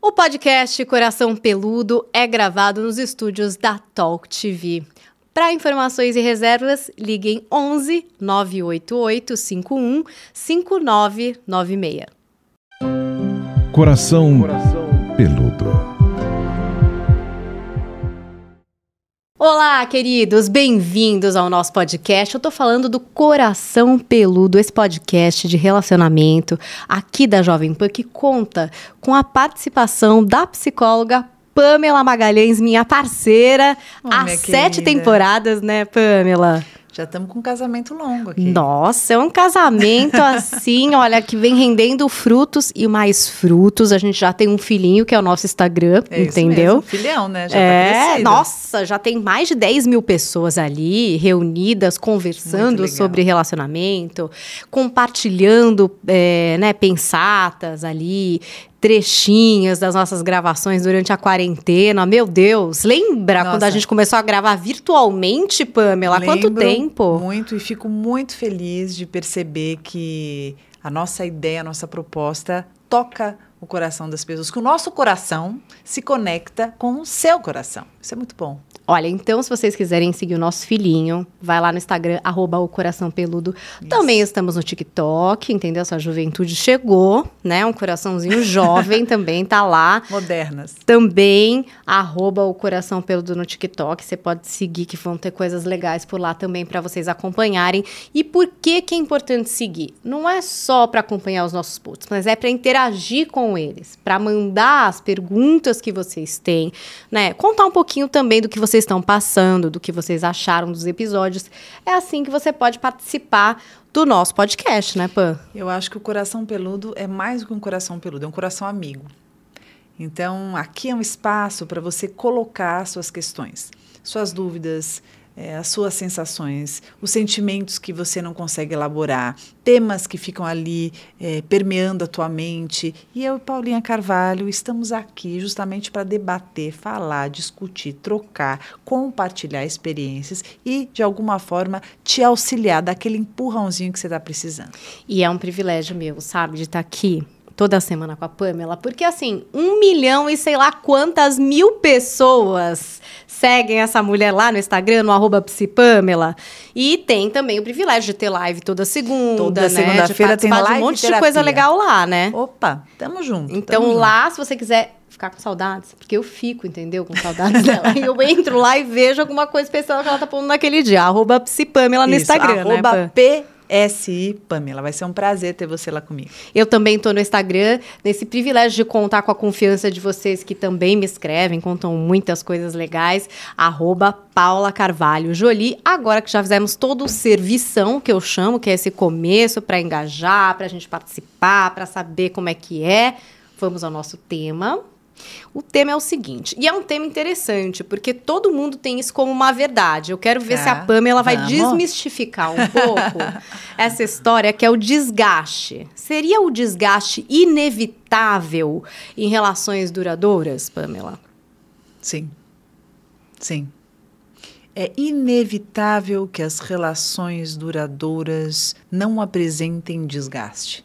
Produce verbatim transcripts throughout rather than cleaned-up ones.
O podcast Coração Peludo é gravado nos estúdios da Talk T V. Para informações e reservas, liguem onze nove oito oito cinco um cinco nove nove seis. Coração, Coração Peludo. Olá, queridos, bem-vindos ao nosso podcast. Eu tô falando do Coração Peludo, esse podcast de relacionamento aqui da Jovem Pan, que conta com a participação da psicóloga Pamela Magalhães, minha parceira, oh, há minha sete querida. temporadas, né, Pamela? Já estamos com um casamento longo aqui. Nossa, é um casamento assim, olha, que vem rendendo frutos e mais frutos. A gente já tem um filhinho, que é o nosso Instagram, é entendeu? Isso mesmo, filhão, né? Já é, tá crescido. Nossa, já tem mais de dez mil pessoas ali, reunidas, conversando sobre relacionamento, compartilhando, é, né, pensatas ali, trechinhos das nossas gravações durante a quarentena. Meu Deus, lembra Nossa. quando a gente começou a gravar virtualmente, Pamela? Há quanto tempo? Muito, e fico muito feliz de perceber que a nossa ideia, a nossa proposta toca o coração das pessoas, que o nosso coração se conecta com o seu coração. Isso é muito bom. Olha, então, se vocês quiserem seguir o nosso filhinho, vai lá no Instagram, arroba o Coração Peludo. Isso. Também estamos no TikTok, entendeu? Sua juventude chegou, né? Um coraçãozinho jovem também tá lá. Modernas. Também, arroba o Coração Peludo no TikTok. Você pode seguir, que vão ter coisas legais por lá também para vocês acompanharem. E por que que é importante seguir? Não é só para acompanhar os nossos posts, mas é para interagir com eles, para mandar as perguntas que vocês têm, né? Contar um pouquinho também do que vocês estão passando, do que vocês acharam dos episódios. É assim que você pode participar do nosso podcast, né, Pam? Eu acho que o Coração Peludo é mais do que um coração peludo, é um coração amigo. Então, aqui é um espaço para você colocar suas questões, suas dúvidas, é, as suas sensações, os sentimentos que você não consegue elaborar, temas que ficam ali é, permeando a tua mente. E eu e Paulinha Carvalho estamos aqui justamente para debater, falar, discutir, trocar, compartilhar experiências e, de alguma forma, te auxiliar daquele empurrãozinho que você está precisando. E é um privilégio meu, sabe, de estar aqui toda semana com a Pamela, porque assim, um milhão e sei lá quantas mil pessoas seguem essa mulher lá no Instagram, no arroba psipamela, e tem também o privilégio de ter live toda segunda, toda né? segunda-feira tem live, de um monte terapia. de coisa legal lá, né? Opa, tamo junto. Então tamo lá, junto. se você quiser ficar com saudades, porque eu fico, entendeu? Com saudades dela. E eu entro lá e vejo alguma coisa especial que ela tá pondo naquele dia. Arroba psipamela no Isso, Instagram, arroba né? P S I Pamela. Vai ser um prazer ter você lá comigo. Eu também tô no Instagram, nesse privilégio de contar com a confiança de vocês que também me escrevem, contam muitas coisas legais, arroba Paula Carvalho Jolie. Agora que já fizemos todo o servição, que eu chamo, que é esse começo para engajar, pra gente participar, para saber como é que é, vamos ao nosso tema. O tema é o seguinte, e é um tema interessante, porque todo mundo tem isso como uma verdade. Eu quero ver tá. se a Pamela vai Vamos. desmistificar um pouco essa história, que é o desgaste. Seria o desgaste inevitável em relações duradouras, Pamela? Sim. Sim. É inevitável que as relações duradouras não apresentem desgaste.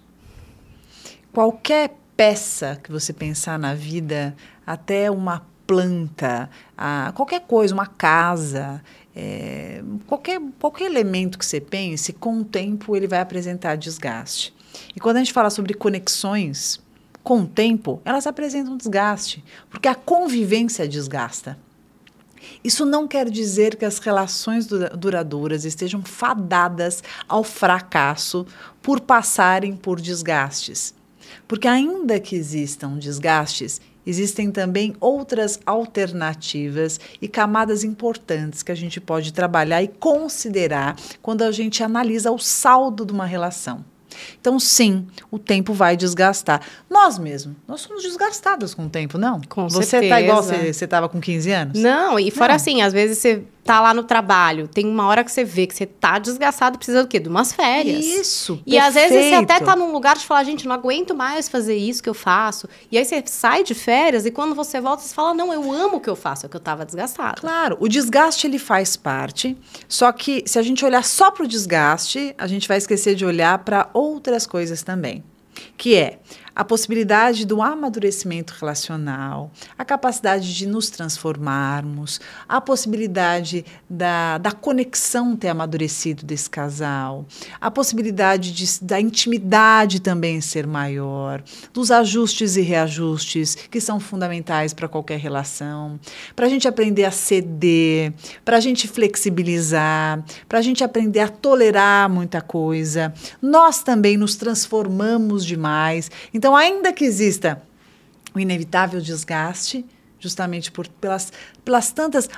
Qualquer peça que você pensar na vida, até uma planta, a, qualquer coisa, uma casa, é, qualquer, qualquer elemento que você pense, com o tempo ele vai apresentar desgaste. E quando a gente fala sobre conexões, com o tempo, elas apresentam desgaste, porque a convivência desgasta. Isso não quer dizer que as relações duradouras estejam fadadas ao fracasso por passarem por desgastes. Porque ainda que existam desgastes, existem também outras alternativas e camadas importantes que a gente pode trabalhar e considerar quando a gente analisa o saldo de uma relação. Então, sim, o tempo vai desgastar. Nós mesmos, nós somos desgastadas com o tempo, não? Com você certeza. Tá igual você estava com quinze anos? Não, e fora Não. assim, às vezes você tá lá no trabalho, tem uma hora que você vê que você tá desgastado, precisa do quê? De umas férias. Isso, E às vezes você até perfeito. tá num lugar de falar, gente, não aguento mais fazer isso que eu faço. E aí você sai de férias e quando você volta, você fala, não, eu amo o que eu faço, é que eu tava desgastada. Claro, o desgaste ele faz parte, só que se a gente olhar só para o desgaste, a gente vai esquecer de olhar para outras coisas também. Que é a possibilidade do amadurecimento relacional, a capacidade de nos transformarmos, a possibilidade da, da conexão ter amadurecido desse casal, a possibilidade de, da intimidade também ser maior, dos ajustes e reajustes que são fundamentais para qualquer relação, para a gente aprender a ceder, para a gente flexibilizar, para a gente aprender a tolerar muita coisa. Nós também nos transformamos demais. Então, ainda que exista o inevitável desgaste, justamente por, pelas, pelas tantas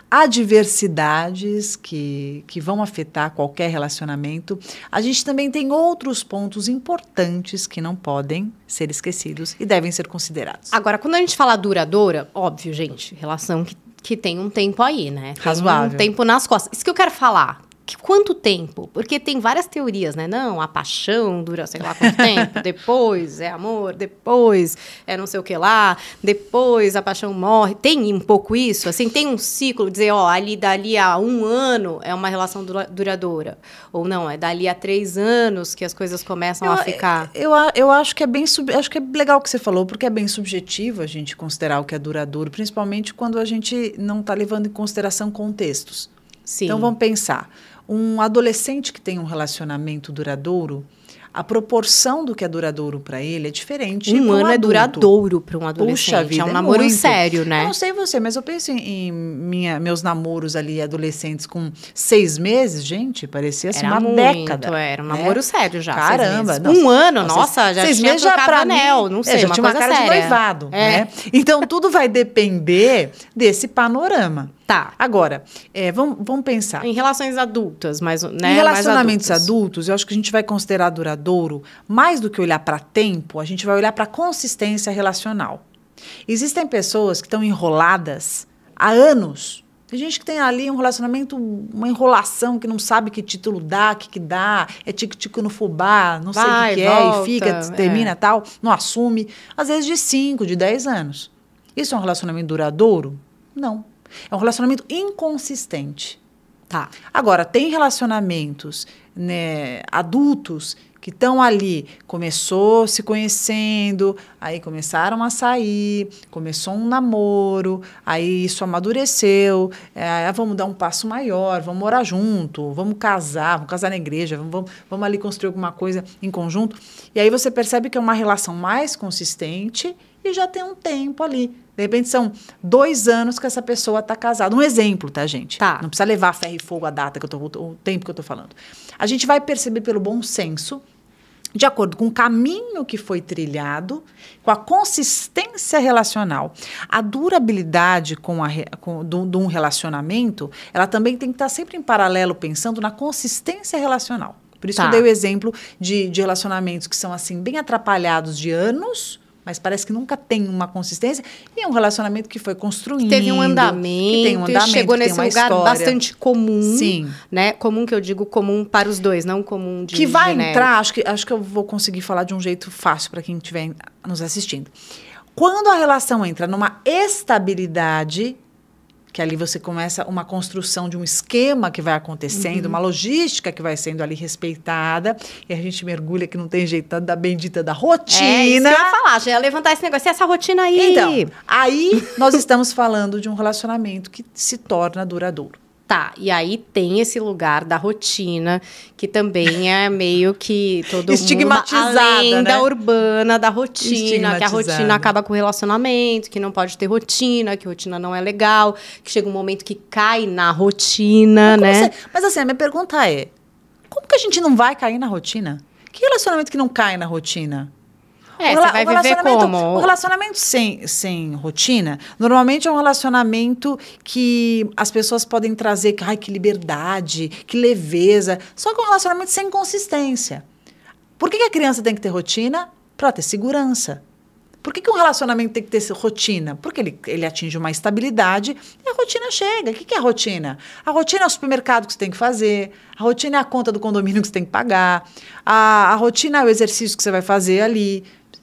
adversidades que, que vão afetar qualquer relacionamento, a gente também tem outros pontos importantes que não podem ser esquecidos e devem ser considerados. Agora, quando a gente fala duradoura, óbvio, gente, relação que, que tem um tempo aí, né? Tem razoável. Um tempo nas costas. Isso que eu quero falar. Que, quanto tempo? Porque tem várias teorias, né? Não, a paixão dura sei lá quanto tempo, depois é amor, depois é não sei o que lá, depois a paixão morre. Tem um pouco isso? Assim, tem um ciclo, dizer, ó, ali dali a um ano é uma relação dura, duradoura. Ou não, é dali a três anos que as coisas começam eu, a ficar. Eu, eu acho que é bem sub, acho que é legal o que você falou, porque é bem subjetivo a gente considerar o que é duradouro, principalmente quando a gente não está levando em consideração contextos. Sim. Então vamos pensar. Um adolescente que tem um relacionamento duradouro, a proporção do que é duradouro para ele é diferente. Um ano um é duradouro para um adolescente. Puxa vida, é um namoro muito. sério, né? Eu não sei você, mas eu penso em, em minha, meus namoros ali, adolescentes com seis meses, gente, parecia assim, era uma muito, década. Era um namoro né? sério já. Caramba. Nossa, um ano, nossa, já seis tinha meses já trocado pra anel, mim, não sei, é, já uma tinha uma coisa cara séria. de noivado. É. Né? Então, tudo vai depender desse panorama. Tá. Agora, é, vamos, vamos pensar. Em relações adultas, mas, né, em relacionamentos mais adultos. adultos, eu acho que a gente vai considerar duradouro, mais do que olhar para tempo, a gente vai olhar para consistência relacional. Existem pessoas que estão enroladas há anos. Tem gente que tem ali um relacionamento, uma enrolação, que não sabe que título dá, o que, que dá, é tico-tico no fubá, não Vai, sei o que, que volta, é, e fica, termina é. tal, não assume. Às vezes de cinco, de dez anos. Isso é um relacionamento duradouro? Não. É um relacionamento inconsistente. Tá. Agora, tem relacionamentos, né, adultos que estão ali, começou se conhecendo, aí começaram a sair, começou um namoro, aí isso amadureceu, é, vamos dar um passo maior, vamos morar junto, vamos casar, vamos casar na igreja, vamos, vamos, vamos ali construir alguma coisa em conjunto. E aí você percebe que é uma relação mais consistente e já tem um tempo ali. De repente, são dois anos que essa pessoa está casada. Um exemplo, tá, gente? Tá. Não precisa levar a ferro e fogo a data, que eu tô, o tempo que eu estou falando. A gente vai perceber pelo bom senso, de acordo com o caminho que foi trilhado, com a consistência relacional. A durabilidade com a, com, do, de um relacionamento, ela também tem que estar sempre em paralelo, pensando na consistência relacional. Por isso Tá. que eu dei o exemplo de, de relacionamentos que são assim bem atrapalhados de anos, mas parece que nunca tem uma consistência, e é um relacionamento que foi construindo. Que teve um andamento, que tem um andamento, chegou que tem nesse uma lugar história. bastante comum. Sim. Né? Comum que eu digo comum para os dois, não comum de Que vai genérico. entrar, acho que, acho que eu vou conseguir falar de um jeito fácil para quem estiver nos assistindo. Quando a relação entra numa estabilidade, que ali você começa uma construção de um esquema que vai acontecendo, uhum. uma logística que vai sendo ali respeitada, e a gente mergulha que não tem jeito da bendita da rotina. É isso que eu ia falar, já ia levantar esse negócio, e essa rotina aí. Então, aí nós estamos falando de um relacionamento que se torna duradouro. Tá, e aí tem esse lugar da rotina, que também é meio que todo estigmatizada, mundo, a lenda né? urbana da rotina, que a rotina acaba com o relacionamento, que não pode ter rotina, que rotina não é legal, que chega um momento que cai na rotina, mas né? Você, mas assim, a minha pergunta é, como que a gente não vai cair na rotina? Que relacionamento que não cai na rotina? É, o, você vai viver como? O relacionamento sem, sem rotina, normalmente é um relacionamento que as pessoas podem trazer, ai, que liberdade, que leveza, só que é um relacionamento sem consistência. Por que, que a criança tem que ter rotina? Para ter segurança. Por que, que um relacionamento tem que ter rotina? Porque ele, ele atinge uma estabilidade e a rotina chega. O que, que é a rotina? A rotina é o supermercado que você tem que fazer, a rotina é a conta do condomínio que você tem que pagar, a, a rotina é o exercício que você vai fazer ali.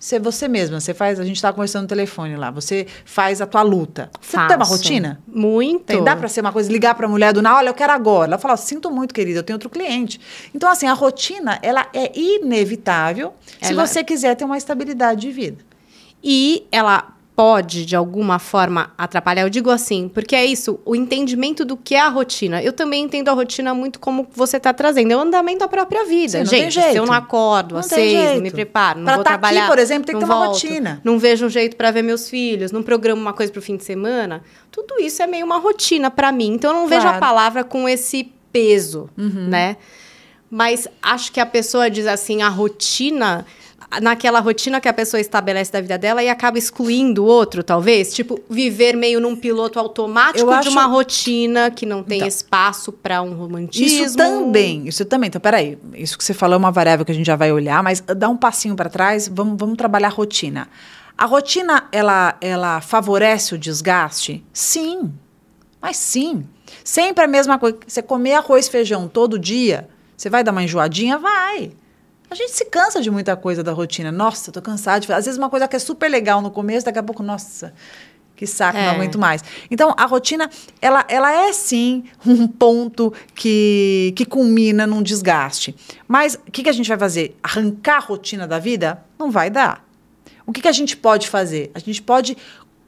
ser você mesma. Você faz, a gente estava conversando no telefone lá, você faz a tua luta. Você Faço. tem uma rotina? Muito. Tem, dá para ser uma coisa, ligar para a mulher do nada, olha, eu quero agora. Ela fala, sinto muito, querida, eu tenho outro cliente. Então, assim, a rotina, ela é inevitável ela... se você quiser ter uma estabilidade de vida. E ela pode, de alguma forma, atrapalhar. Eu digo assim, porque é isso, o entendimento do que é a rotina. Eu também entendo a rotina muito como você está trazendo. É o andamento da própria vida. Sim, não gente, tem jeito. se eu não acordo não às seis, jeito. não me preparo, não pra vou tá trabalhar... aqui, por exemplo, tem que ter uma volto, rotina. Não vejo um jeito para ver meus filhos, não programo uma coisa para o fim de semana. Tudo isso é meio uma rotina para mim. Então, eu não Claro. vejo a palavra com esse peso, Uhum. né? Mas acho que a pessoa diz assim, a rotina... naquela rotina que a pessoa estabelece da vida dela e acaba excluindo o outro, talvez? Tipo, viver meio num piloto automático Eu acho... de uma rotina que não tem então, espaço para um romantismo. Isso também, isso também. Então, peraí, isso que você falou é uma variável que a gente já vai olhar, mas dá um passinho para trás, vamos, vamos trabalhar a rotina. A rotina, ela, ela favorece o desgaste? Sim, mas sim. Sempre a mesma coisa. Você comer arroz e feijão todo dia, você vai dar uma enjoadinha? Vai. A gente se cansa de muita coisa da rotina. Nossa, tô cansada de fazer. Às vezes uma coisa que é super legal no começo, daqui a pouco, nossa, que saco, É. não aguento mais. Então, a rotina, ela, ela é sim um ponto que, que culmina num desgaste. Mas o que, que a gente vai fazer? Arrancar a rotina da vida? Não vai dar. O que, que a gente pode fazer? A gente pode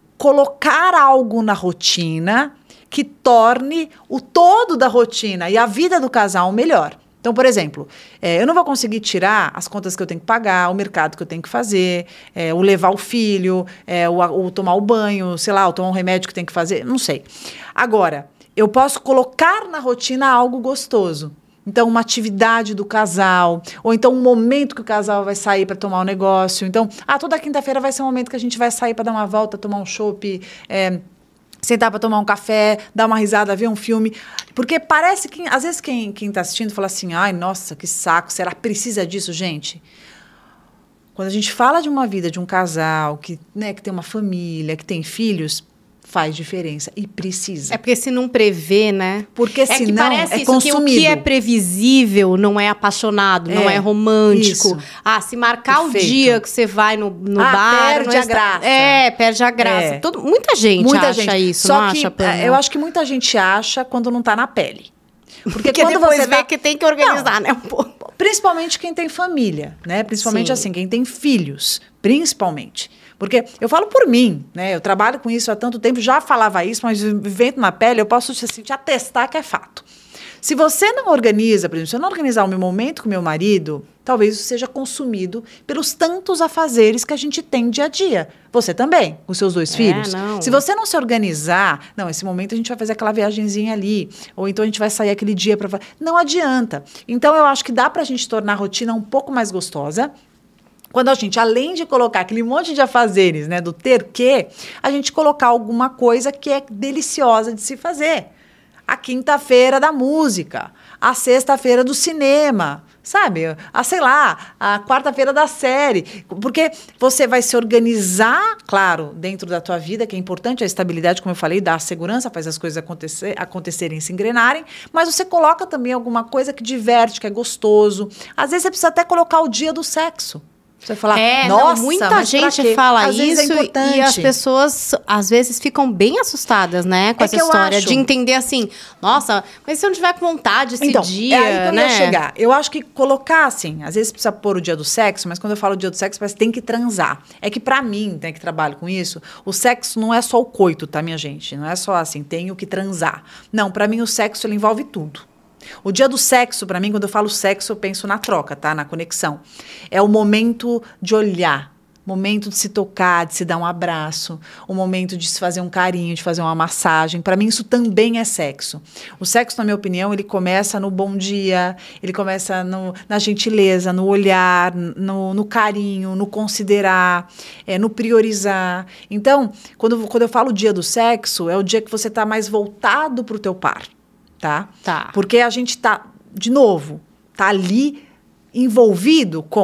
colocar algo na rotina que torne o todo da rotina e a vida do casal melhor. Então, por exemplo, é, eu não vou conseguir tirar as contas que eu tenho que pagar, o mercado que eu tenho que fazer, é, o levar o filho, é, o, o tomar o banho, sei lá, o tomar um remédio que tem que fazer, não sei. Agora, eu posso colocar na rotina algo gostoso. Então, uma atividade do casal, ou então um momento que o casal vai sair para tomar um negócio. Então, ah, toda quinta-feira vai ser um momento que a gente vai sair para dar uma volta, tomar um chopp, é, sentar para tomar um café, dar uma risada, ver um filme. Porque parece que, às vezes, quem quem está assistindo fala assim, ai, nossa, que saco, será que precisa disso, gente? Quando a gente fala de uma vida de um casal, que, né, que tem uma família, que tem filhos, faz diferença e precisa. É porque se não prevê, né? Porque é senão que parece é isso, consumido. que o que é previsível não é apaixonado, é, não é romântico. Isso. Ah, se marcar Perfeito. o dia que você vai no, no ah, bar... perde não a graça. É, perde a graça. É. Todo, muita gente muita acha gente. isso, Só não que, acha, Pamela? eu acho que muita gente acha quando não está na pele. Porque, Porque quando depois você vê tá... que tem que organizar, não, né? Um pouco. Principalmente quem tem família, né? Principalmente Sim. assim, quem tem filhos, principalmente. Porque eu falo por mim, né? Eu trabalho com isso há tanto tempo, já falava isso, mas vivendo na pele, eu posso assim, te atestar que é fato. Se você não organiza, por exemplo, se eu não organizar o meu momento com meu marido, talvez isso seja consumido pelos tantos afazeres que a gente tem dia a dia. Você também, com seus dois É, filhos. não. Se você não se organizar, não, esse momento a gente vai fazer aquela viagenzinha ali, ou então a gente vai sair aquele dia para... Não adianta. Então, eu acho que dá para a gente tornar a rotina um pouco mais gostosa, quando a gente, além de colocar aquele monte de afazeres, né, do ter que, a gente colocar alguma coisa que é deliciosa de se fazer. A quinta-feira da música, a sexta-feira do cinema, sabe? A, sei lá, a quarta-feira da série. Porque você vai se organizar, claro, dentro da tua vida, que é importante a estabilidade, como eu falei, dá a segurança, faz as coisas acontecer, acontecerem, se engrenarem, mas você coloca também alguma coisa que diverte, que é gostoso. Às vezes você precisa até colocar o dia do sexo. Você vai falar, É, nossa, não, muita mas pra gente quê? fala Às isso vezes é importante. e as pessoas, às vezes, ficam bem assustadas, né? Com É essa que eu história acho- de entender assim, nossa, mas se eu não tiver com vontade esse Então, dia, é aí que eu né? ia chegar. Eu acho que colocar, assim, às vezes precisa pôr o dia do sexo, mas quando eu falo dia do sexo, parece que tem que transar. É que pra mim, né, que trabalho com isso, o sexo não é só o coito, tá, minha gente? Não é só assim, tenho que transar. Não, pra mim o sexo, ele envolve tudo. O dia do sexo, pra mim, quando eu falo sexo, eu penso na troca, tá? Na conexão. É o momento de olhar, momento de se tocar, de se dar um abraço, o momento de se fazer um carinho, de fazer uma massagem. Para mim, isso também é sexo. O sexo, na minha opinião, ele começa no bom dia, ele começa no, na gentileza, no olhar, no, no carinho, no considerar, é, no priorizar. Então, quando, quando eu falo dia do sexo, é o dia que você está mais voltado para o teu par, tá? Tá. Porque a gente está, de novo, tá ali envolvido com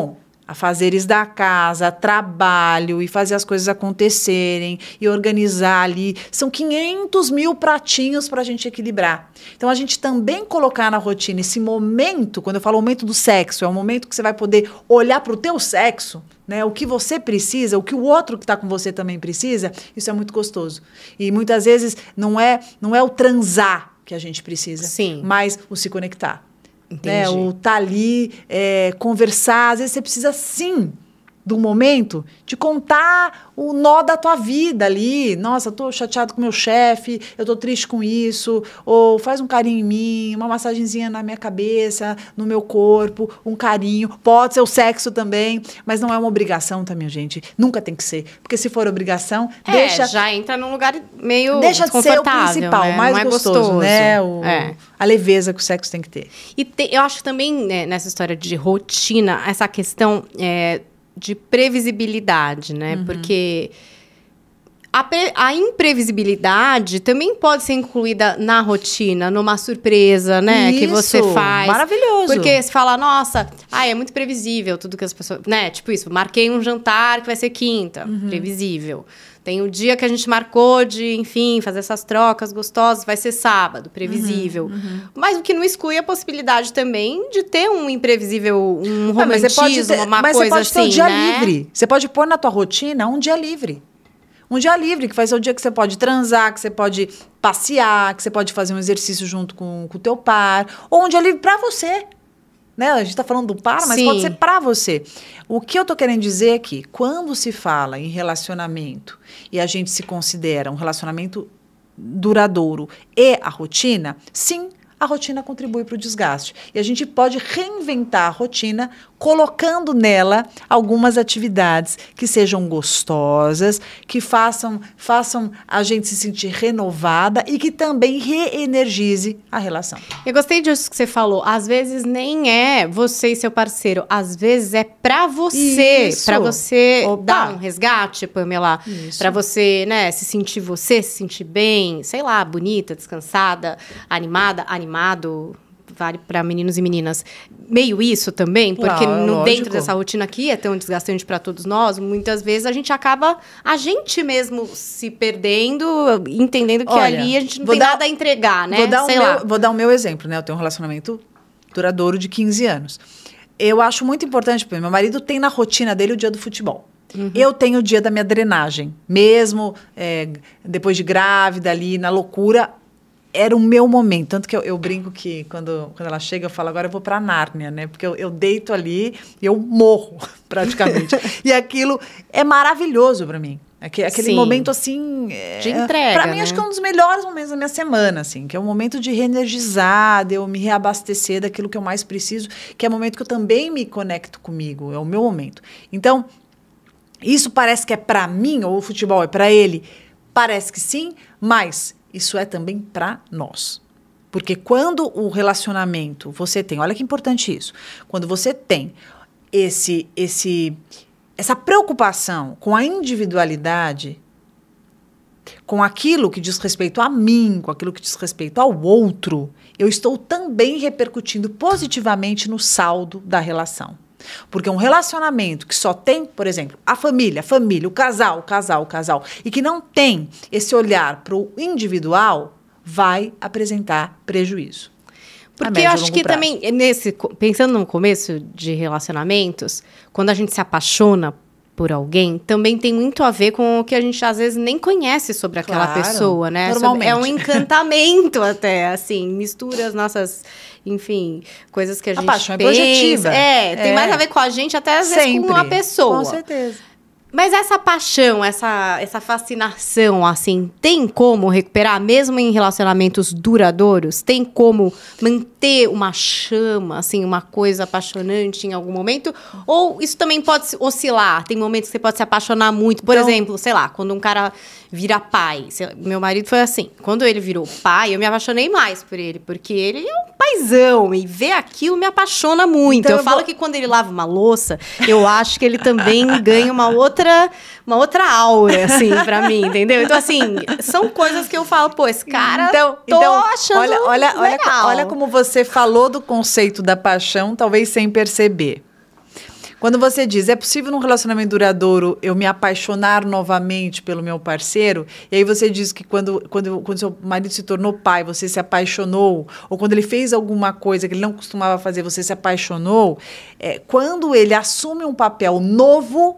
afazeres da casa, trabalho e fazer as coisas acontecerem e organizar ali. São quinhentos mil pratinhos para a gente equilibrar. Então, a gente também colocar na rotina esse momento, quando eu falo momento do sexo, é um momento que você vai poder olhar para o teu sexo, né? O que você precisa, o que o outro que está com você também precisa, isso é muito gostoso. E muitas vezes não é, não é o transar que a gente precisa, Sim. mas o se conectar. Entendi. Né, o tá ali, é, conversar. Às vezes você precisa, sim, de um momento de contar o nó da tua vida ali. Nossa, eu tô chateado com meu chefe, eu tô triste com isso. Ou faz um carinho em mim, uma massagenzinha na minha cabeça, no meu corpo, um carinho. Pode ser o sexo também, mas não é uma obrigação, tá, minha gente? Nunca tem que ser. Porque se for obrigação, é, deixa... já entra num lugar meio Deixa de ser o principal, né? o mais não é gostoso, gostoso, né? O, é. A leveza que o sexo tem que ter. E te, eu acho que também, né, nessa história de rotina, essa questão é, de previsibilidade, né? Uhum. Porque a, pre, a imprevisibilidade também pode ser incluída na rotina, numa surpresa, né? Isso, que você faz. Maravilhoso. Porque você fala, nossa, ai, é muito previsível tudo que as pessoas... Né? Tipo isso, marquei um jantar que vai ser quinta. Uhum. Previsível. Tem o dia que a gente marcou de, enfim, fazer essas trocas gostosas, vai ser sábado, previsível. Uhum, uhum. Mas o que não exclui a possibilidade também de ter um imprevisível, um romantismo, mas você pode ter, uma mas coisa você pode assim, ter um dia né? livre. Você pode pôr na tua rotina um dia livre. Um dia livre, que vai ser o dia que você pode transar, que você pode passear, que você pode fazer um exercício junto com o teu par. Ou um dia livre para você. Né? A gente está falando do par, mas Sim. pode ser para você. O que eu estou querendo dizer é que quando se fala em relacionamento e a gente se considera um relacionamento duradouro e a rotina, sim, a rotina contribui para o desgaste. E a gente pode reinventar a rotina colocando nela algumas atividades que sejam gostosas, que façam, façam a gente se sentir renovada e que também reenergize a relação. Eu gostei disso que você falou. Às vezes nem é você e seu parceiro. Às vezes é pra você. Isso. Pra você Opa. dar um resgate, Pamela. Isso. Pra você, né, se sentir você, se sentir bem, sei lá, bonita, descansada, animada, animado... Vale para meninos e meninas. Meio isso também, porque Uau, no, lógico. dentro dessa rotina aqui, é tão desgastante para todos nós, muitas vezes a gente acaba, a gente mesmo se perdendo, entendendo que Olha, ali a gente não tem dar, nada a entregar, né? Vou dar, Sei o lá. Meu, vou dar o meu exemplo, né? Eu tenho um relacionamento duradouro de quinze anos. Eu acho muito importante, porque meu marido tem na rotina dele o dia do futebol. Uhum. Eu tenho o dia da minha drenagem. Mesmo é, depois de grávida ali, na loucura... Era o meu momento. Tanto que eu, eu brinco que quando, quando ela chega, eu falo, agora eu vou pra Nárnia, né? Porque eu, eu deito ali e eu morro, praticamente. E aquilo é maravilhoso pra mim. Aquele, aquele momento, assim... É, de entrega, Pra mim, né? acho que é um dos melhores momentos da minha semana, assim. Que é um momento de reenergizar, de eu me reabastecer daquilo que eu mais preciso. Que é o momento que eu também me conecto comigo. É o meu momento. Então, isso parece que é pra mim, ou o futebol é pra ele. Parece que sim, mas... Isso é também para nós. Porque quando o relacionamento você tem, olha que importante isso, quando você tem esse, esse, essa preocupação com a individualidade, com aquilo que diz respeito a mim, com aquilo que diz respeito ao outro, eu estou também repercutindo positivamente no saldo da relação. Porque um relacionamento que só tem, por exemplo, a família, a família, o casal, o casal, o casal, e que não tem esse olhar para o individual, vai apresentar prejuízo. Porque eu acho que prazo. também, nesse, pensando no começo de relacionamentos, quando a gente se apaixona por alguém, também tem muito a ver com o que a gente às vezes nem conhece sobre aquela claro, pessoa, né? Normalmente. É um encantamento até, assim, mistura as nossas, enfim, coisas que a, a gente paixão pensa. É projetiva. É, tem é. mais a ver com a gente até às Sempre. vezes com uma pessoa. Com certeza. Mas essa paixão, essa, essa fascinação, assim, tem como recuperar, mesmo em relacionamentos duradouros? Tem como manter uma chama, assim, uma coisa apaixonante em algum momento? Ou isso também pode oscilar? Tem momentos que você pode se apaixonar muito. Por então, exemplo, sei lá, quando um cara vira pai. Meu marido foi assim. Quando ele virou pai, eu me apaixonei mais por ele. Porque ele é um paizão. E ver aquilo me apaixona muito. Então, eu, eu falo vou... que quando ele lava uma louça, eu acho que ele também ganha uma outra... uma outra aura, assim, pra mim, entendeu? Então, assim, são coisas que eu falo, pô, esse cara, então, tô então, achando olha, olha, legal. Olha, olha como você falou do conceito da paixão, talvez sem perceber. Quando você diz, é possível num relacionamento duradouro eu me apaixonar novamente pelo meu parceiro? E aí você diz que quando, quando, quando seu marido se tornou pai, você se apaixonou, ou quando ele fez alguma coisa que ele não costumava fazer, você se apaixonou. É, quando ele assume um papel novo,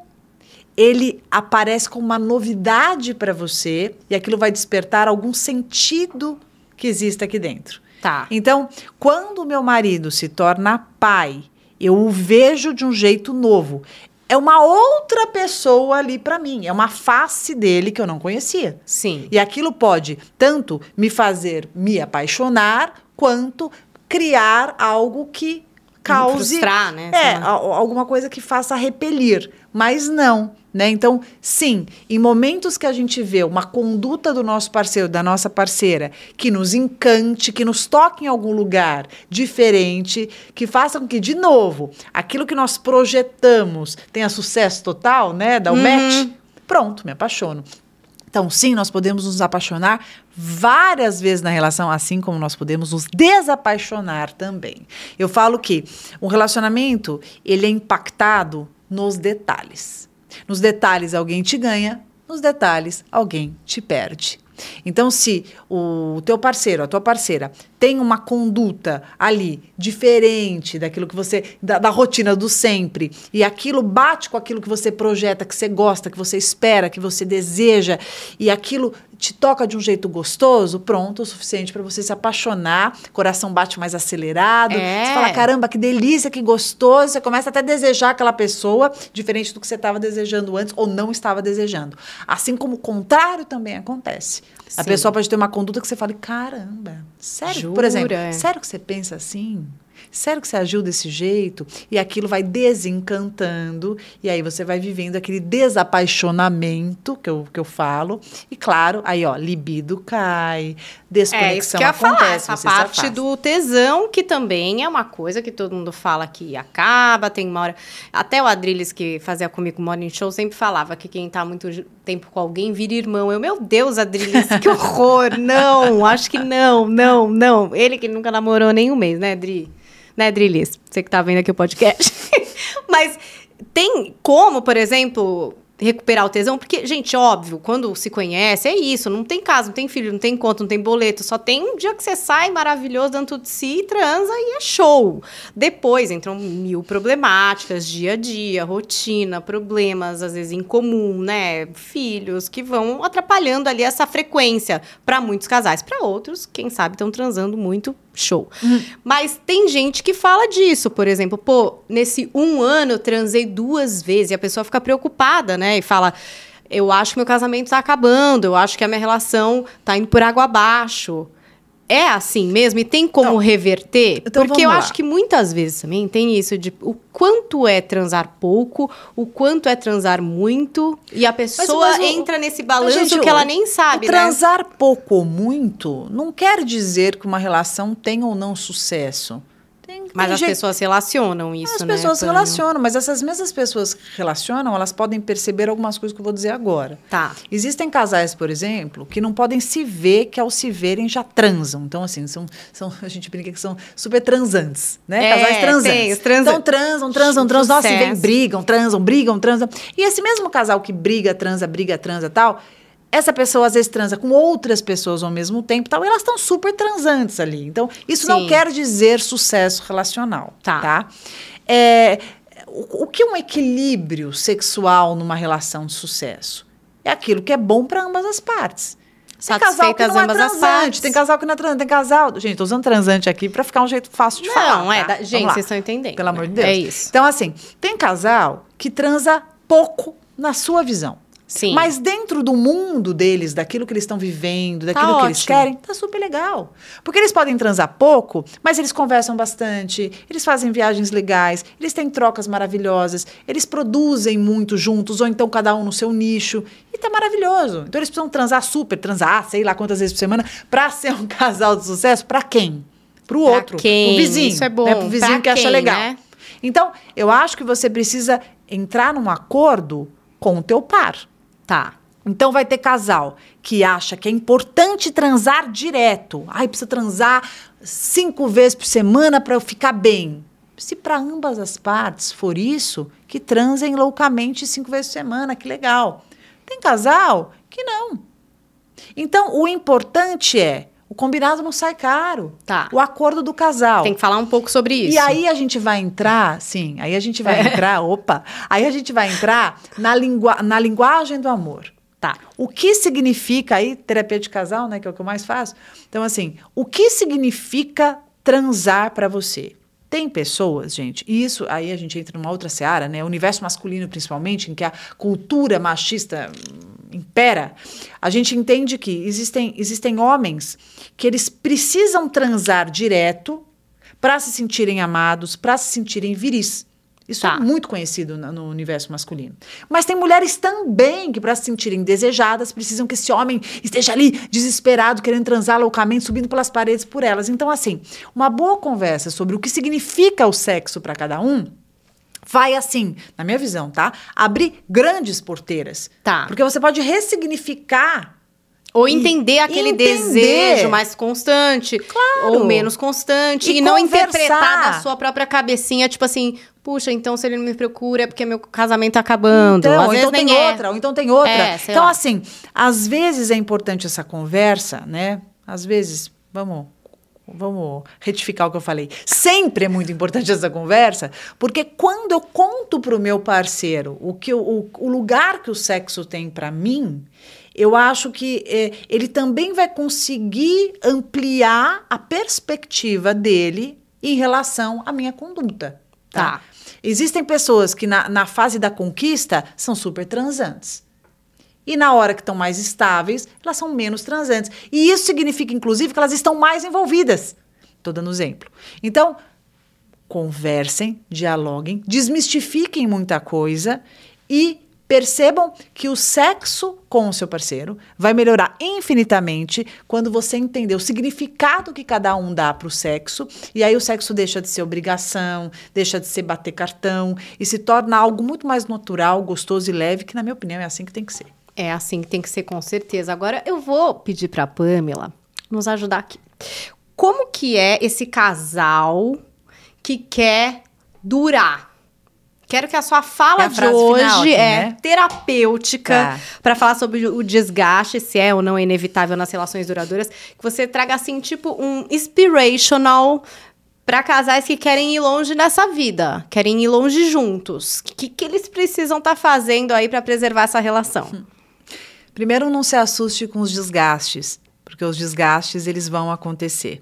ele aparece como uma novidade para você e aquilo vai despertar algum sentido que exista aqui dentro. Tá. Então, quando o meu marido se torna pai, eu o vejo de um jeito novo. É uma outra pessoa ali para mim. É uma face dele que eu não conhecia. Sim. E aquilo pode tanto me fazer me apaixonar, quanto criar algo que cause... Frustrar, né? É, a, alguma coisa que faça repelir. Mas não, né? Então, sim, em momentos que a gente vê uma conduta do nosso parceiro, da nossa parceira, que nos encante, que nos toque em algum lugar diferente, que faça com que, de novo, aquilo que nós projetamos tenha sucesso total, né? Dá o Uhum. match, pronto, me apaixono. Então, sim, nós podemos nos apaixonar várias vezes na relação, assim como nós podemos nos desapaixonar também. Eu falo que um relacionamento, ele é impactado nos detalhes. Nos detalhes, alguém te ganha, nos detalhes, alguém te perde. Então, se o teu parceiro, a tua parceira, tem uma conduta ali diferente daquilo que você, da, da rotina do sempre, e aquilo bate com aquilo que você projeta, que você gosta, que você espera, que você deseja, e aquilo te toca de um jeito gostoso, pronto, o suficiente para você se apaixonar, coração bate mais acelerado, É. você fala, caramba, que delícia, que gostoso, você começa até a desejar aquela pessoa, diferente do que você estava desejando antes ou não estava desejando. Assim como o contrário também acontece. A Sim. pessoa pode ter uma conduta que você fala, caramba, sério? Jura? Por exemplo, É. sério que você pensa assim? Sério que você agiu desse jeito? E aquilo vai desencantando, e aí você vai vivendo aquele desapaixonamento que eu, que eu falo. E claro, aí ó, libido cai, desconexão É, isso que eu ia acontece. falar, essa você se parte afasta. do tesão, que também é uma coisa que todo mundo fala que acaba, tem uma hora... Até o Adrilles, que fazia comigo o Morning Show, sempre falava que quem tá muito tempo com alguém vira irmão. Eu, meu Deus, Adrilles, que horror! Não, acho que não, não, não. Ele que nunca namorou nem um mês, né, Adri? Né, Adrilles? Você que tá vendo aqui o podcast. Mas tem como, por exemplo... recuperar o tesão, porque, gente, óbvio, quando se conhece, é isso, não tem casa, não tem filho, não tem conta, não tem boleto, só tem um dia que você sai maravilhoso, dando tudo de si, transa e é show. Depois entram mil problemáticas, dia a dia, rotina, problemas, às vezes em comum, né, filhos, que vão atrapalhando ali essa frequência para muitos casais. Para outros, quem sabe, estão transando muito, show. Hum. Mas tem gente que fala disso, por exemplo, pô, nesse um ano eu transei duas vezes, e a pessoa fica preocupada, né? E fala, eu acho que meu casamento tá acabando, eu acho que a minha relação tá indo por água abaixo. É assim mesmo? E tem como Não. reverter? Então, porque eu vamos lá. acho que muitas vezes também tem isso de o quanto é transar pouco, o quanto é transar muito, e a pessoa mas o- entra nesse balanço Gente, que ela o- nem sabe, o né? transar pouco ou muito não quer dizer que uma relação tem ou não sucesso. Tem, Mas tem as gente- pessoas relacionam isso, As né? pessoas se Pânia? relacionam, mas essas mesmas pessoas que relacionam, elas podem perceber algumas coisas que eu vou dizer agora. Tá. Existem casais, por exemplo, que não podem se ver, que ao se verem já transam. Então, assim, são, são a gente brinca que são super transantes, né? É, Casais transantes. tem, os transan- Então, transam, transam, transam. Nossa, e vem, Sucesso. brigam, transam, brigam, transam. E esse mesmo casal que briga, transa, briga, transa tal, essa pessoa às vezes transa com outras pessoas ao mesmo tempo tal, e elas estão super transantes ali. Então, isso não Sim. quer dizer sucesso relacional, Tá. tá? É, o, o que é um equilíbrio sexual numa relação de sucesso? É aquilo que é bom para ambas as partes. Tem casal que Satisfeitas não é ambas as transante, partes. tem casal que não é transante, tem casal... Gente, tô usando transante aqui para ficar um jeito fácil de falar. Não, é. tá? da- Vamos Gente, lá. vocês estão entendendo. Pelo né? amor de Deus. É isso. Então, assim, tem casal que transa pouco na sua visão. Sim. Mas dentro do mundo deles, daquilo que eles estão vivendo, daquilo que eles ótimo. querem, tá super legal. Porque eles podem transar pouco, mas eles conversam bastante, eles fazem viagens legais, eles têm trocas maravilhosas, eles produzem muito juntos, ou então cada um no seu nicho, e tá maravilhoso. Então eles precisam transar super, transar sei lá quantas vezes por semana, pra ser um casal de sucesso, pra quem? Pro Pra outro, quem? pro vizinho. Isso é bom. Né? Pro vizinho Pra que acha quem, legal. né? Então, eu acho que você precisa entrar num acordo com o teu par. Tá. Então vai ter casal que acha que é importante transar direto. Ai, precisa transar cinco vezes por semana para eu ficar bem. Se para ambas as partes for isso, que transem loucamente cinco vezes por semana, que legal. Tem casal que não. Então, o importante é, o combinado não sai caro. Tá. O acordo do casal. Tem que falar um pouco sobre isso. E aí a gente vai entrar, sim, aí a gente vai É. entrar, opa, aí a gente vai entrar na, lingua, na linguagem do amor. Tá. O que significa, aí, terapia de casal, né, que é o que eu mais faço. Então, assim, o que significa transar para você? Tem pessoas, gente, e isso aí a gente entra numa outra seara, né? O universo masculino, principalmente, em que a cultura machista impera, a gente entende que existem, existem homens que eles precisam transar direto para se sentirem amados, para se sentirem viris. Isso Tá. é muito conhecido no, no universo masculino. Mas tem mulheres também que, para se sentirem desejadas, precisam que esse homem esteja ali desesperado, querendo transar loucamente, subindo pelas paredes por elas. Então, assim, uma boa conversa sobre o que significa o sexo para cada um vai, assim, na minha visão, tá? Abrir grandes porteiras. Tá. Porque você pode ressignificar. Ou E entender aquele entender. desejo mais constante, Claro. ou menos constante, E e, não conversar. interpretar da sua própria cabecinha, tipo assim, puxa, então se ele não me procura é porque meu casamento tá acabando. Então, Às ou vezes então tem nem é. outra, ou então tem outra. É, sei então, lá. assim, às vezes é importante essa conversa, né? Às vezes, vamos, vamos retificar o que eu falei. Sempre é muito importante essa conversa, porque quando eu conto pro meu parceiro o, que, o, o lugar que o sexo tem para mim, eu acho que eh, ele também vai conseguir ampliar a perspectiva dele em relação à minha conduta. Tá? Tá. Existem pessoas que na, na fase da conquista são super transantes. E na hora que estão mais estáveis, elas são menos transantes. E isso significa, inclusive, que elas estão mais envolvidas. Estou dando exemplo. Então, conversem, dialoguem, desmistifiquem muita coisa e percebam que o sexo com o seu parceiro vai melhorar infinitamente quando você entender o significado que cada um dá para o sexo. E aí o sexo deixa de ser obrigação, deixa de ser bater cartão e se torna algo muito mais natural, gostoso e leve, que na minha opinião é assim que tem que ser. É assim que tem que ser, com certeza. Agora, eu vou pedir pra Pamela nos ajudar aqui. Como que é esse casal que quer durar? Quero que a sua fala É a de frase hoje final aqui, é né? terapêutica, Tá. para falar sobre o desgaste, se é ou não é inevitável nas relações duradouras. Que você traga, assim, tipo, um inspirational para casais que querem ir longe nessa vida, querem ir longe juntos. O que, que eles precisam estar fazendo aí para preservar essa relação? Primeiro, não se assuste com os desgastes, porque os desgastes eles vão acontecer.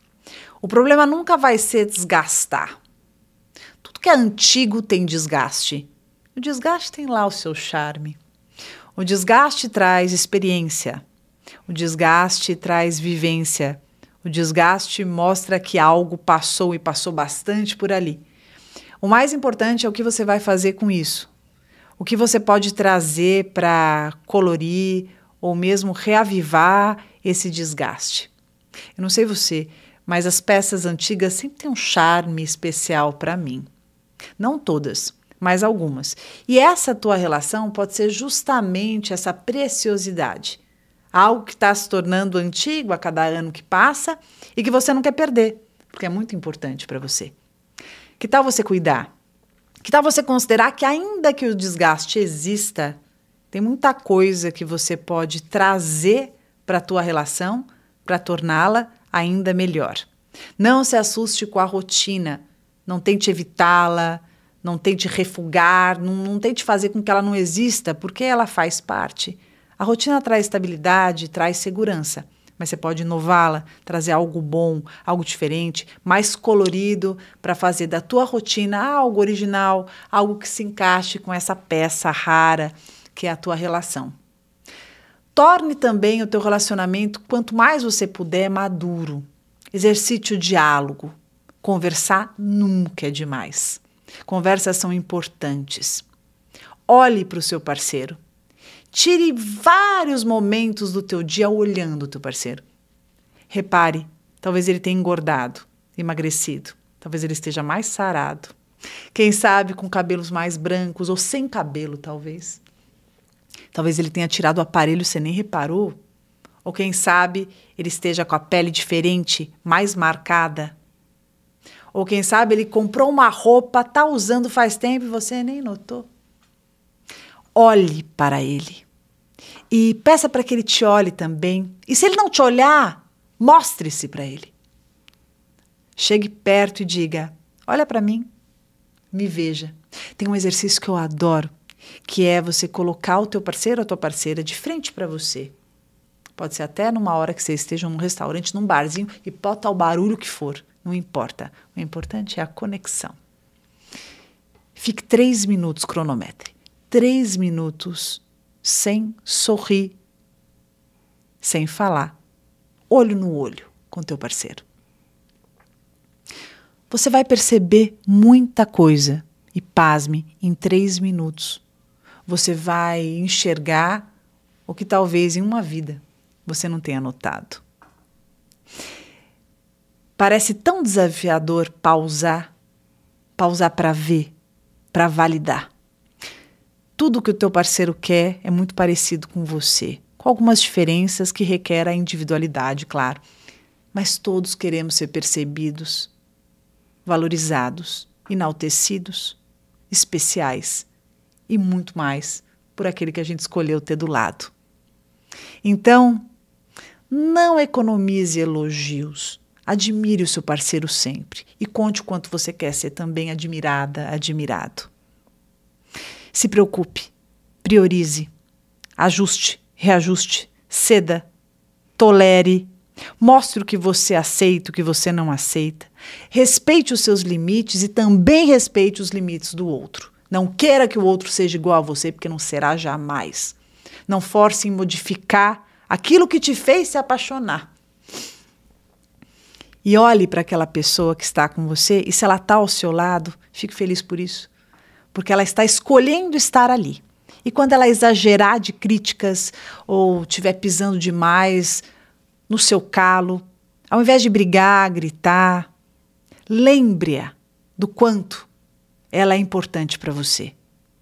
O problema nunca vai ser desgastar. Tudo que é antigo tem desgaste. O desgaste tem lá o seu charme. O desgaste traz experiência. O desgaste traz vivência. O desgaste mostra que algo passou e passou bastante por ali. O mais importante é o que você vai fazer com isso. O que você pode trazer para colorir ou mesmo reavivar esse desgaste. Eu não sei você, mas as peças antigas sempre têm um charme especial para mim. Não todas, mas algumas. E essa tua relação pode ser justamente essa preciosidade. Algo que está se tornando antigo a cada ano que passa e que você não quer perder, porque é muito importante para você. Que tal você cuidar? Que tal você considerar que ainda que o desgaste exista, tem muita coisa que você pode trazer para a tua relação para torná-la ainda melhor. Não se assuste com a rotina. Não tente evitá-la, não tente refugar, não, não tente fazer com que ela não exista, porque ela faz parte. A rotina traz estabilidade, traz segurança, mas você pode inová-la, trazer algo bom, algo diferente, mais colorido, para fazer da tua rotina algo original, algo que se encaixe com essa peça rara que é a tua relação. Torne também o teu relacionamento, quanto mais você puder, maduro. Exercite o diálogo. Conversar nunca é demais. Conversas são importantes. Olhe para o seu parceiro. Tire vários momentos do teu dia olhando o teu parceiro. Repare, talvez ele tenha engordado, emagrecido. Talvez ele esteja mais sarado. Quem sabe com cabelos mais brancos ou sem cabelo, talvez. Talvez ele tenha tirado o aparelho e você nem reparou. Ou quem sabe ele esteja com a pele diferente, mais marcada. Ou quem sabe ele comprou uma roupa, tá usando faz tempo e você nem notou. Olhe para ele. E peça para que ele te olhe também. E se ele não te olhar, mostre-se para ele. Chegue perto e diga, olha para mim, me veja. Tem um exercício que eu adoro, que é você colocar o teu parceiro ou a tua parceira de frente para você. Pode ser até numa hora que você esteja num restaurante, num barzinho, e pode estar o barulho que for, não importa. O importante é a conexão. Fique três minutos, cronometre. Três minutos sem sorrir, sem falar, olho no olho com teu parceiro. Você vai perceber muita coisa e, pasme, em três minutos você vai enxergar o que talvez em uma vida você não tenha notado. Parece tão desafiador pausar, pausar para ver, para validar. Tudo que o teu parceiro quer é muito parecido com você, com algumas diferenças que requerem a individualidade, claro. Mas todos queremos ser percebidos, valorizados, enaltecidos, especiais e muito mais por aquele que a gente escolheu ter do lado. Então, não economize elogios. Admire o seu parceiro sempre e conte o quanto você quer ser também admirada, admirado. Se preocupe, priorize, ajuste, reajuste, ceda, tolere, mostre o que você aceita, o que você não aceita, respeite os seus limites e também respeite os limites do outro. Não queira que o outro seja igual a você, porque não será jamais. Não force em modificar aquilo que te fez se apaixonar. E olhe para aquela pessoa que está com você e se ela está ao seu lado, fique feliz por isso. Porque ela está escolhendo estar ali. E quando ela exagerar de críticas ou estiver pisando demais no seu calo, ao invés de brigar, gritar, lembre-a do quanto ela é importante para você.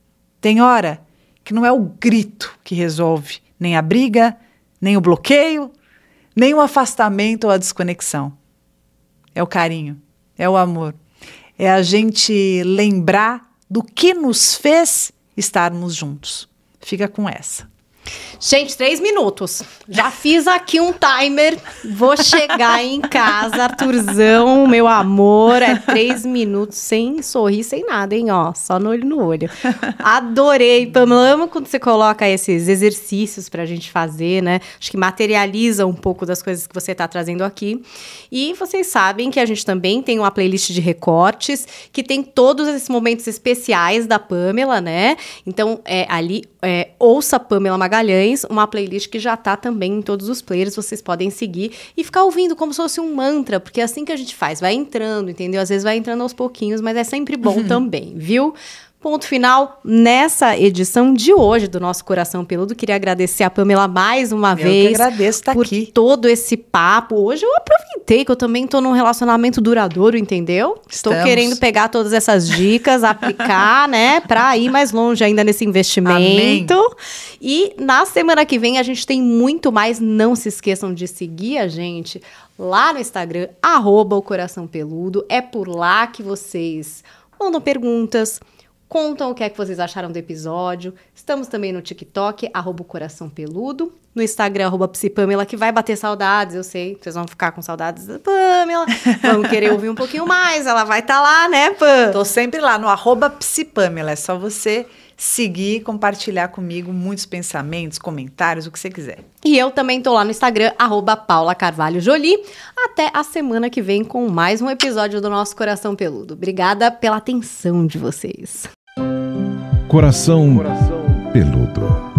Tem hora que não é o grito que resolve nem a briga, nem o bloqueio, nem o afastamento ou a desconexão. É o carinho, é o amor. É a gente lembrar do que nos fez estarmos juntos. Fica com essa. Gente, três minutos. Já fiz aqui um timer. Vou chegar em casa, Arthurzão, meu amor. É três minutos sem sorrir, sem nada, hein? Ó, só no olho no olho. Adorei, Pamela. Amo quando você coloca esses exercícios pra gente fazer, né? Acho que materializa um pouco das coisas que você tá trazendo aqui. E vocês sabem que a gente também tem uma playlist de recortes que tem todos esses momentos especiais da Pamela, né? Então, é, ali, é, ouça a Pamela Magalhães, uma playlist que já tá também em todos os players, vocês podem seguir e ficar ouvindo como se fosse um mantra, porque é assim que a gente faz, vai entrando, entendeu? Às vezes vai entrando aos pouquinhos, mas é sempre bom uhum. também, viu? Ponto final nessa edição de hoje do nosso Coração Peludo. Queria agradecer a Pamela mais uma eu vez. Eu que agradeço estar por aqui. todo esse papo. Hoje eu aproveitei que eu também estou num relacionamento duradouro, entendeu? Estou querendo pegar todas essas dicas, aplicar, né? Para ir mais longe ainda nesse investimento. Amém. E na semana que vem a gente tem muito mais. Não se esqueçam de seguir a gente lá no Instagram, arroba o Coração Peludo. É por lá que vocês mandam perguntas, contam o que é que vocês acharam do episódio. Estamos também no TikTok, arroba o Coração Peludo. No Instagram, arroba Psipamela, que vai bater saudades, eu sei. Vocês vão ficar com saudades da Pamela. Vão querer ouvir um pouquinho mais. Ela vai estar tá lá, né, Pam? Tô sempre lá, no arroba Psipamela. É só você seguir, compartilhar comigo muitos pensamentos, comentários, o que você quiser. E eu também tô lá no Instagram, arroba Paula Carvalho Jolie. Até a semana que vem com mais um episódio do nosso Coração Peludo. Obrigada pela atenção de vocês. Coração Peludo.